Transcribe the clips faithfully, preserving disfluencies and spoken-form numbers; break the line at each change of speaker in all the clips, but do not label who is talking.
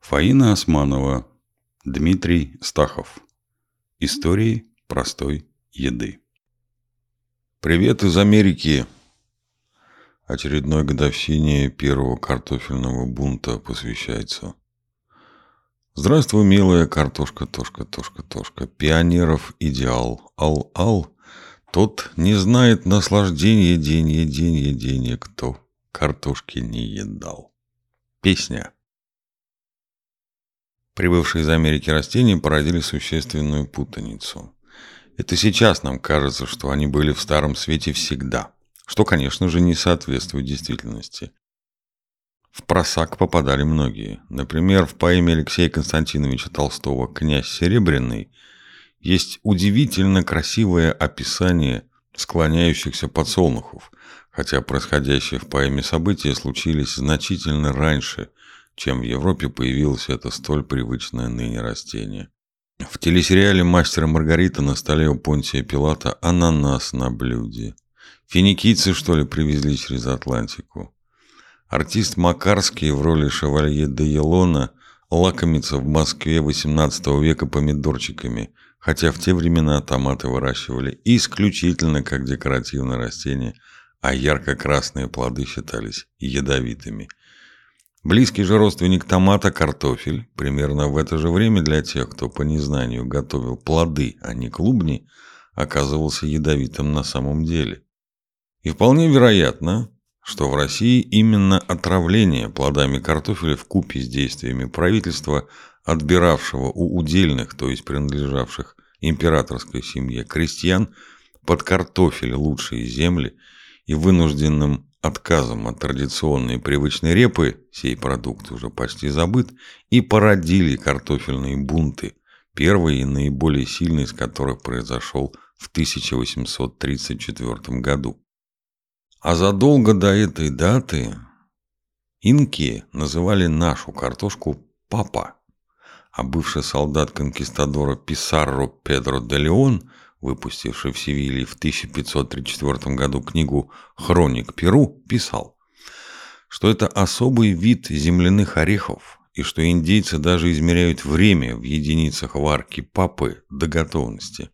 Фаина Османова, Дмитрий Стахов. Истории простой еды. Привет из Америки! Очередной годовщине первого картофельного бунта посвящается. Здравствуй, милая картошка, тошка, тошка, тошка. Пионеров идеал. Ал-ал. Тот не знает наслаждения, денье, денье, денье, кто картошки не едал. Песня. Прибывшие из Америки растения породили существенную путаницу. Это сейчас нам кажется, что они были в Старом Свете всегда, что, конечно же, не соответствует действительности. В просак попадали многие. Например, в поэме Алексея Константиновича Толстого «Князь Серебряный» есть удивительно красивое описание склоняющихся подсолнухов, хотя происходящие в поэме события случились значительно раньше, чем в Европе появилось это столь привычное ныне растение. В телесериале «Мастер и Маргарита» на столе у Понтия Пилата ананас на блюде. Финикийцы, что ли, привезли через Атлантику. Артист Макарский в роли шевалье де Елона лакомится в Москве восемнадцатого века помидорчиками, хотя в те времена томаты выращивали исключительно как декоративное растение, а ярко-красные плоды считались ядовитыми. Близкий же родственник томата, картофель, примерно в это же время для тех, кто по незнанию готовил плоды, а не клубни, оказывался ядовитым на самом деле. И вполне вероятно, что в России именно отравление плодами картофеля вкупе с действиями правительства, отбиравшего у удельных, то есть принадлежавших императорской семье крестьян, под картофель лучшие земли и вынужденным отказом от традиционной привычной репы, сей продукт уже почти забыт, и породили картофельные бунты, первый и наиболее сильный из которых произошел в тысяча восемьсот тридцать четвёртом году. А задолго до этой даты инки называли нашу картошку папа, а бывший солдат конкистадора Писарро Педро де Леон, выпустивший в Севилье в тысяча пятьсот тридцать четвёртом году книгу «Хроник Перу», писал, что это особый вид земляных орехов и что индейцы даже измеряют время в единицах варки папы до готовности.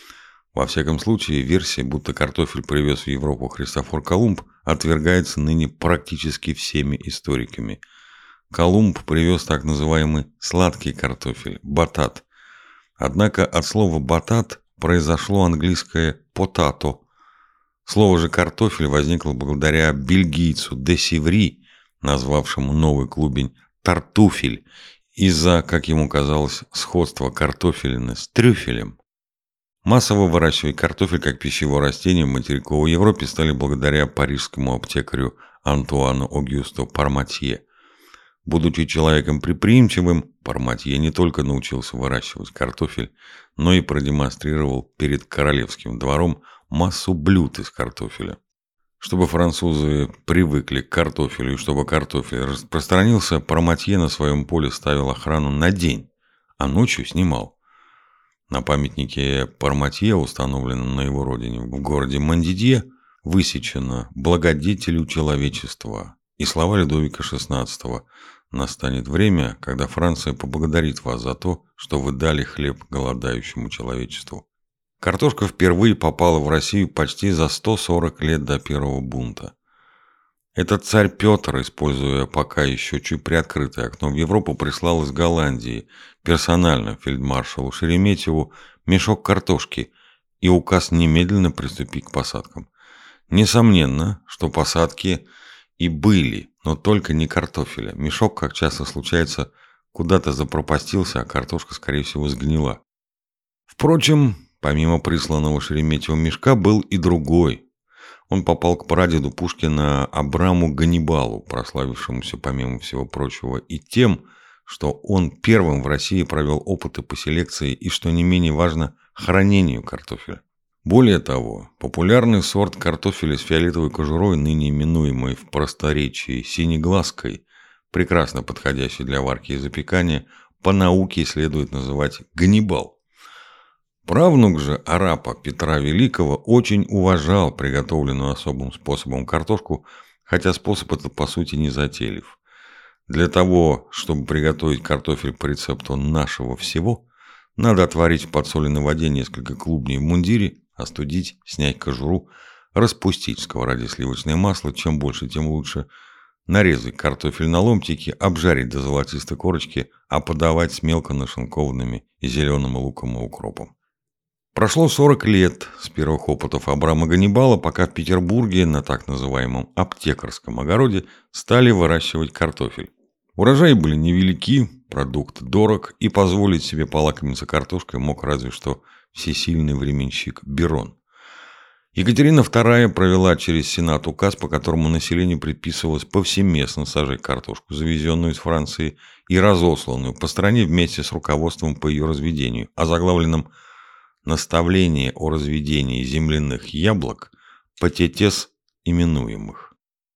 Во всяком случае, версия, будто картофель привез в Европу Христофор Колумб, отвергается ныне практически всеми историками. Колумб привез так называемый сладкий картофель – батат. Однако от слова «батат» произошло английское «potato». Слово же «картофель» возникло благодаря бельгийцу де Севри, назвавшему новый клубень «тартуфель», из-за, как ему казалось, сходства картофелины с трюфелем. Массово выращивать картофель как пищевое растение в материковой Европе стали благодаря парижскому аптекарю Антуану Огюсту Парматье. Будучи человеком предприимчивым, Парматье не только научился выращивать картофель, но и продемонстрировал перед королевским двором массу блюд из картофеля. Чтобы французы привыкли к картофелю и чтобы картофель распространился, Парматье на своем поле ставил охрану на день, а ночью снимал. На памятнике Парматье, установленном на его родине в городе Мондидье, высечено «Благодетелю человечества» и слова Людовика шестнадцатого: «Настанет время, когда Франция поблагодарит вас за то, что вы дали хлеб голодающему человечеству». Картошка впервые попала в Россию почти за сто сорок лет до первого бунта. Этот царь Петр, используя пока еще чуть приоткрытое окно в Европу, прислал из Голландии персонально фельдмаршалу Шереметьеву мешок картошки и указ немедленно приступить к посадкам. Несомненно, что посадки и были, но только не картофеля. Мешок, как часто случается, куда-то запропастился, а картошка, скорее всего, сгнила. Впрочем, помимо присланного Шереметьевым мешка был и другой. Он попал к прадеду Пушкина Абраму Ганнибалу, прославившемуся, помимо всего прочего, и тем, что он первым в России провел опыты по селекции и, что не менее важно, хранению картофеля. Более того, популярный сорт картофеля с фиолетовой кожурой, ныне именуемый в просторечии синеглазкой, прекрасно подходящий для варки и запекания, по науке следует называть Ганнибал. Правнук же арапа Петра Великого очень уважал приготовленную особым способом картошку, хотя способ этот по сути не затейлив. Для того, чтобы приготовить картофель по рецепту нашего всего, надо отварить в подсоленной воде несколько клубней в мундире, остудить, снять кожуру, распустить в сковороде сливочное масло, чем больше, тем лучше, нарезать картофель на ломтики, обжарить до золотистой корочки, а подавать с мелко нашинкованными зеленым луком и укропом. Прошло сорок лет с первых опытов Абрама Ганнибала, пока в Петербурге на так называемом аптекарском огороде стали выращивать картофель. Урожаи были невелики, продукт дорог, и позволить себе полакомиться картошкой мог разве что всесильный временщик Берон. Екатерина вторая провела через Сенат указ, по которому населению предписывалось повсеместно сажать картошку, завезенную из Франции и разосланную по стране вместе с руководством по ее разведению, озаглавленным «Наставление о разведении земляных яблок патетес именуемых».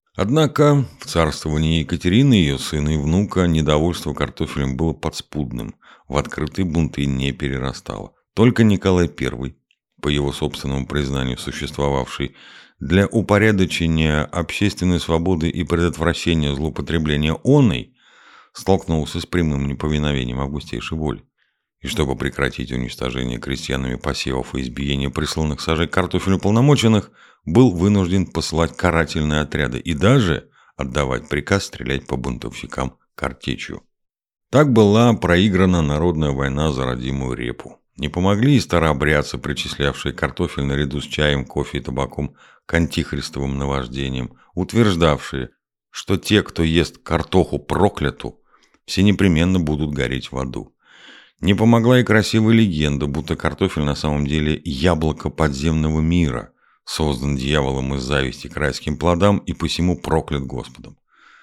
Однако в царствовании Екатерины, ее сына и внука, недовольство картофелем было подспудным, в открытые бунты не перерастало. Только Николай Первый, по его собственному признанию существовавший для упорядочения общественной свободы и предотвращения злоупотребления оной, столкнулся с прямым неповиновением августейшей воли. И чтобы прекратить уничтожение крестьянами посевов и избиение присланных сажей картофелю полномоченных, был вынужден посылать карательные отряды и даже отдавать приказ стрелять по бунтовщикам картечью. Так была проиграна народная война за родимую репу. Не помогли и старообрядцы, причислявшие картофель наряду с чаем, кофе и табаком к антихристовым наваждениям, утверждавшие, что те, кто ест картоху прокляту, все непременно будут гореть в аду. Не помогла и красивая легенда, будто картофель на самом деле яблоко подземного мира, создан дьяволом из зависти к райским плодам и посему проклят Господом.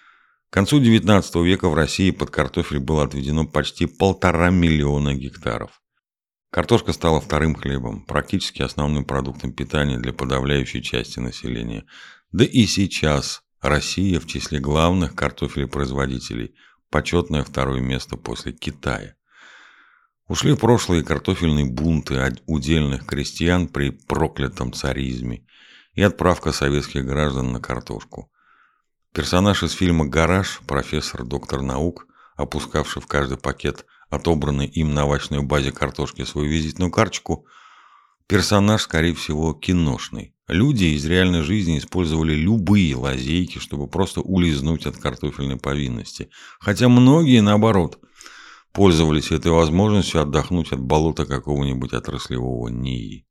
К концу девятнадцатого века в России под картофель было отведено почти полтора миллиона гектаров. Картошка стала вторым хлебом, практически основным продуктом питания для подавляющей части населения. Да и сейчас Россия в числе главных картофелепроизводителей, почетное второе место после Китая. Ушли в прошлое картофельные бунты удельных крестьян при проклятом царизме и отправка советских граждан на картошку. Персонаж из фильма «Гараж», профессор, доктор наук, опускавший в каждый пакет отобранный им на овощной базе картошки свою визитную карточку, персонаж, скорее всего, киношный. Люди из реальной жизни использовали любые лазейки, чтобы просто улизнуть от картофельной повинности. Хотя многие, наоборот, пользовались этой возможностью отдохнуть от болота какого-нибудь отраслевого НИИ.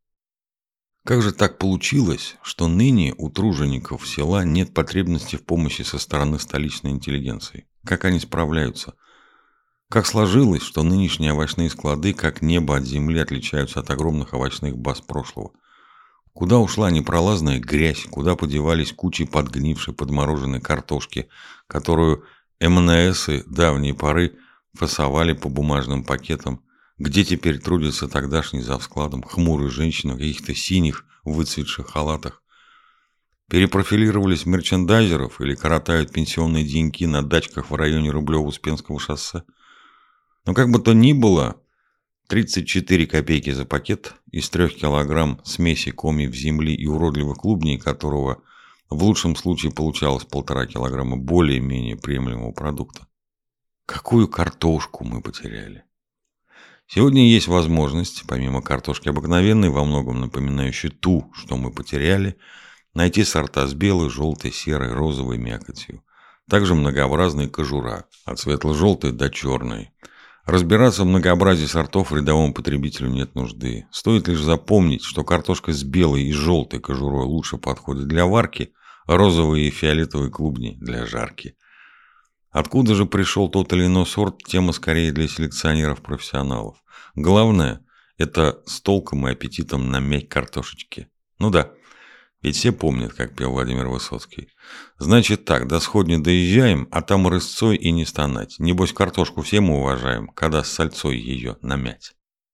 Как же так получилось, что ныне у тружеников села нет потребности в помощи со стороны столичной интеллигенции? Как они справляются? Как сложилось, что нынешние овощные склады, как небо от земли, отличаются от огромных овощных баз прошлого? Куда ушла непролазная грязь, куда подевались кучи подгнившей подмороженной картошки, которую эм эн эсы давней поры фасовали по бумажным пакетам, где теперь трудятся тогдашние за складом хмурые женщины в каких-то синих выцветших халатах? Перепрофилировались в мерчендайзеров или коротают пенсионные деньги на дачках в районе Рублево-Успенского шоссе? Но как бы то ни было, тридцать четыре копейки за пакет из трех килограмм смеси комьев земли и уродливых клубней, которого в лучшем случае получалось полтора килограмма более-менее приемлемого продукта. Какую картошку мы потеряли? Сегодня есть возможность, помимо картошки обыкновенной, во многом напоминающей ту, что мы потеряли, найти сорта с белой, желтой, серой, розовой мякотью. Также многообразные кожура, от светло-желтой до черной. Разбираться в многообразии сортов рядовому потребителю нет нужды. Стоит лишь запомнить, что картошка с белой и желтой кожурой лучше подходит для варки, а розовые и фиолетовые клубни для жарки. Откуда же пришел тот или иной сорт, тема скорее для селекционеров-профессионалов. Главное – это с толком и аппетитом намять картошечки. Ну да, ведь все помнят, как пел Владимир Высоцкий. Значит так, до сходни доезжаем, а там рысцой и не стонать. Небось, картошку все мы уважаем, когда с сальцой ее намять.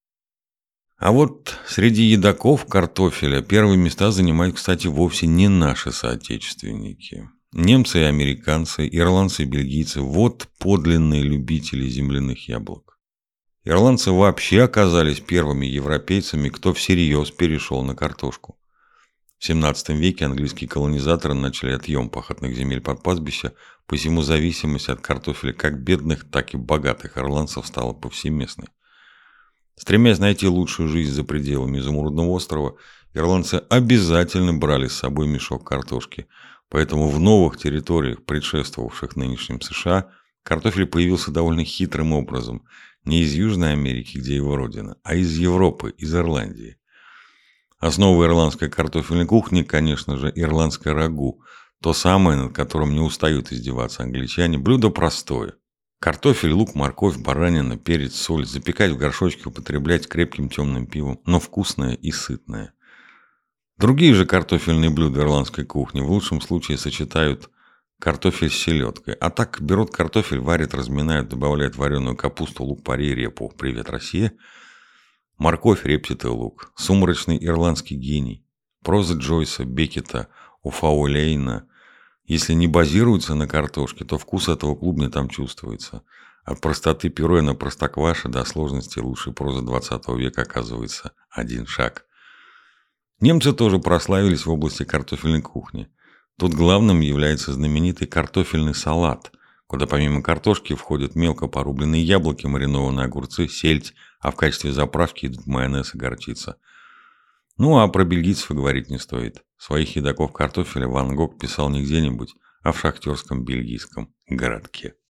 А вот среди едоков картофеля первые места занимают, кстати, вовсе не наши соотечественники. Немцы и американцы, ирландцы и бельгийцы – вот подлинные любители земляных яблок. Ирландцы вообще оказались первыми европейцами, кто всерьез перешел на картошку. В семнадцатом веке английские колонизаторы начали отъем пахотных земель под пастбища, посему зависимость от картофеля как бедных, так и богатых ирландцев стала повсеместной. Стремясь найти лучшую жизнь за пределами Изумрудного острова, ирландцы обязательно брали с собой мешок картошки, поэтому в новых территориях, предшествовавших нынешним США, картофель появился довольно хитрым образом, не из Южной Америки, где его родина, а из Европы, из Ирландии. Основа ирландской картофельной кухни, конечно же, ирландское рагу, то самое, над которым не устают издеваться англичане, блюдо простое. Картофель, лук, морковь, баранина, перец, соль, запекать в горшочке, употреблять крепким темным пивом, но вкусное и сытное. Другие же картофельные блюда ирландской кухни в лучшем случае сочетают картофель с селедкой, а так берут картофель, варят, разминают, добавляют вареную капусту, лук-порей, репу. Привет, Россия! Морковь, репчатый лук, сумрачный ирландский гений, проза Джойса, Беккета, Уфауэлейна. Если не базируется на картошке, то вкус этого клубня там чувствуется. От простоты пюре на простокваше до сложности лучшей прозы двадцатого века оказывается один шаг. Немцы тоже прославились в области картофельной кухни. Тут главным является знаменитый картофельный салат, куда помимо картошки входят мелко порубленные яблоки, маринованные огурцы, сельдь, а в качестве заправки идут майонез и горчица. Ну а про бельгийцев и говорить не стоит. Своих едоков картофеля Ван Гог писал не где-нибудь, а в шахтерском бельгийском городке.